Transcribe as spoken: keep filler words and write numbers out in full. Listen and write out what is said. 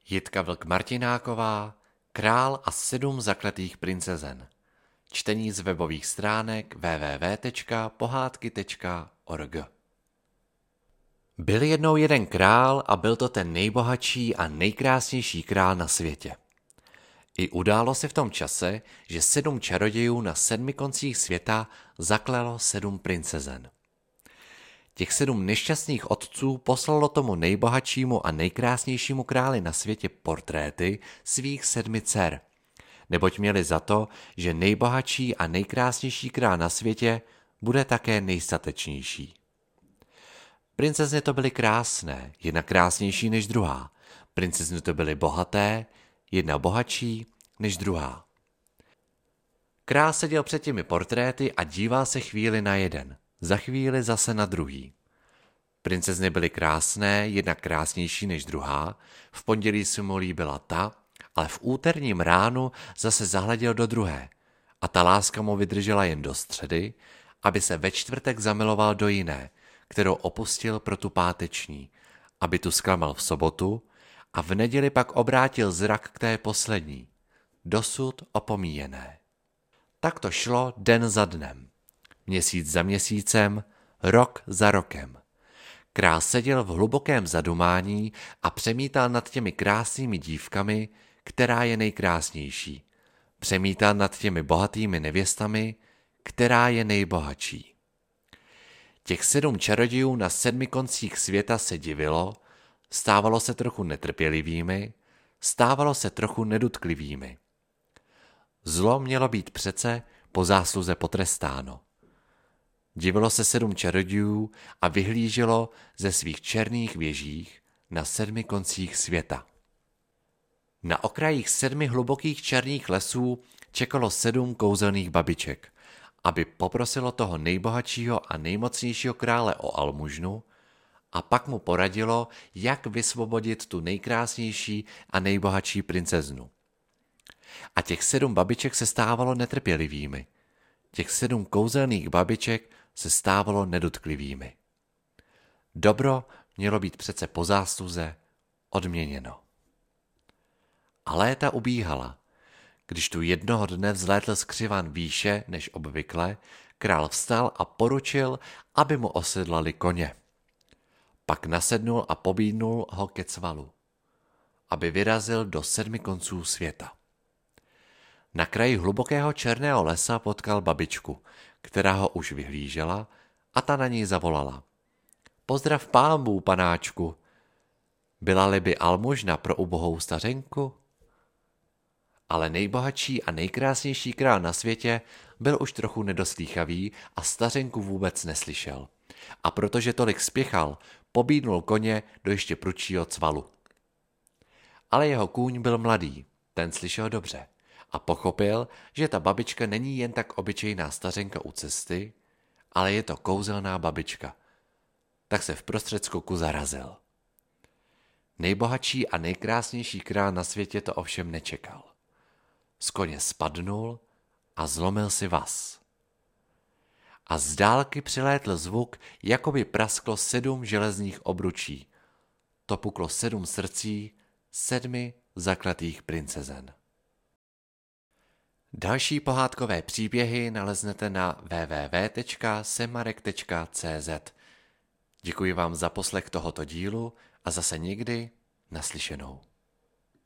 Jitka Vlk Martináková, Král a sedm zakletých princezen. Čtení z webových stránek w w w tečka pohádky tečka org. Byl jednou jeden král a byl to ten nejbohatší a nejkrásnější král na světě. I událo se v tom čase, že sedm čarodějů na sedmi koncích světa zaklelo sedm princezen. Těch sedm nešťastných otců poslalo tomu nejbohatšímu a nejkrásnějšímu králi na světě portréty svých sedmi dcer, neboť měli za to, že nejbohatší a nejkrásnější král na světě bude také nejstatečnější. Princezny to byly krásné, jedna krásnější než druhá. Princezny to byly bohaté, jedna bohatší než druhá. Král seděl před těmi portréty a díval se chvíli na jeden, za chvíli zase na druhý. Princezny byly krásné, jedna krásnější než druhá, v pondělí se mu líbila ta, ale v úterním ránu zase zahleděl do druhé a ta láska mu vydržela jen do středy, aby se ve čtvrtek zamiloval do jiné, kterou opustil pro tu páteční, aby tu zklamal v sobotu a v neděli pak obrátil zrak k té poslední, dosud opomíjené. Tak to šlo den za dnem, měsíc za měsícem, rok za rokem. Král seděl v hlubokém zadumání a přemítal nad těmi krásnými dívkami, která je nejkrásnější. Přemítal nad těmi bohatými nevěstami, která je nejbohatší. Těch sedm čarodějů na sedmi koncích světa se divilo, stávalo se trochu netrpělivými, stávalo se trochu nedutklivými. Zlo mělo být přece po zásluze potrestáno. Divilo se sedm čarodějů a vyhlíželo ze svých černých věžích na sedmi koncích světa. Na okrajích sedmi hlubokých černých lesů čekalo sedm kouzelných babiček, aby poprosilo toho nejbohatšího a nejmocnějšího krále o almužnu a pak mu poradilo, jak vysvobodit tu nejkrásnější a nejbohatší princeznu. A těch sedm babiček se stávalo netrpělivými. Těch sedm kouzelných babiček se stávalo nedutklivými. Dobro mělo být přece po zásluze odměněno. A léta ubíhala. Když tu jednoho dne vzlétl skřivan výše než obvykle, král vstal a poručil, aby mu osedlali koně. Pak nasednul a pobídnul ho ke cvalu, aby vyrazil do sedmi konců světa. Na kraji hlubokého černého lesa potkal babičku, která ho už vyhlížela, a ta na něj zavolala. Pozdrav pánbů, panáčku. Byla-li by almužna pro ubohou stařenku? Ale nejbohatší a nejkrásnější král na světě byl už trochu nedoslýchavý a stařenku vůbec neslyšel. A protože tolik spěchal, pobídnul koně do ještě prudšího cvalu. Ale jeho kůň byl mladý, ten slyšel dobře a pochopil, že ta babička není jen tak obyčejná stařenka u cesty, ale je to kouzelná babička. Tak se vprostřed skoku zarazil. Nejbohatší a nejkrásnější král na světě to ovšem nečekal. Z koně spadnul a zlomil si vaz. A z dálky přilétl zvuk, jako by prasklo sedm železných obručí. To puklo sedm srdcí sedmi zakletých princezen. Další pohádkové příběhy naleznete na w w w tečka semarek tečka c z. Děkuji vám za poslech tohoto dílu a zase někdy naslyšenou.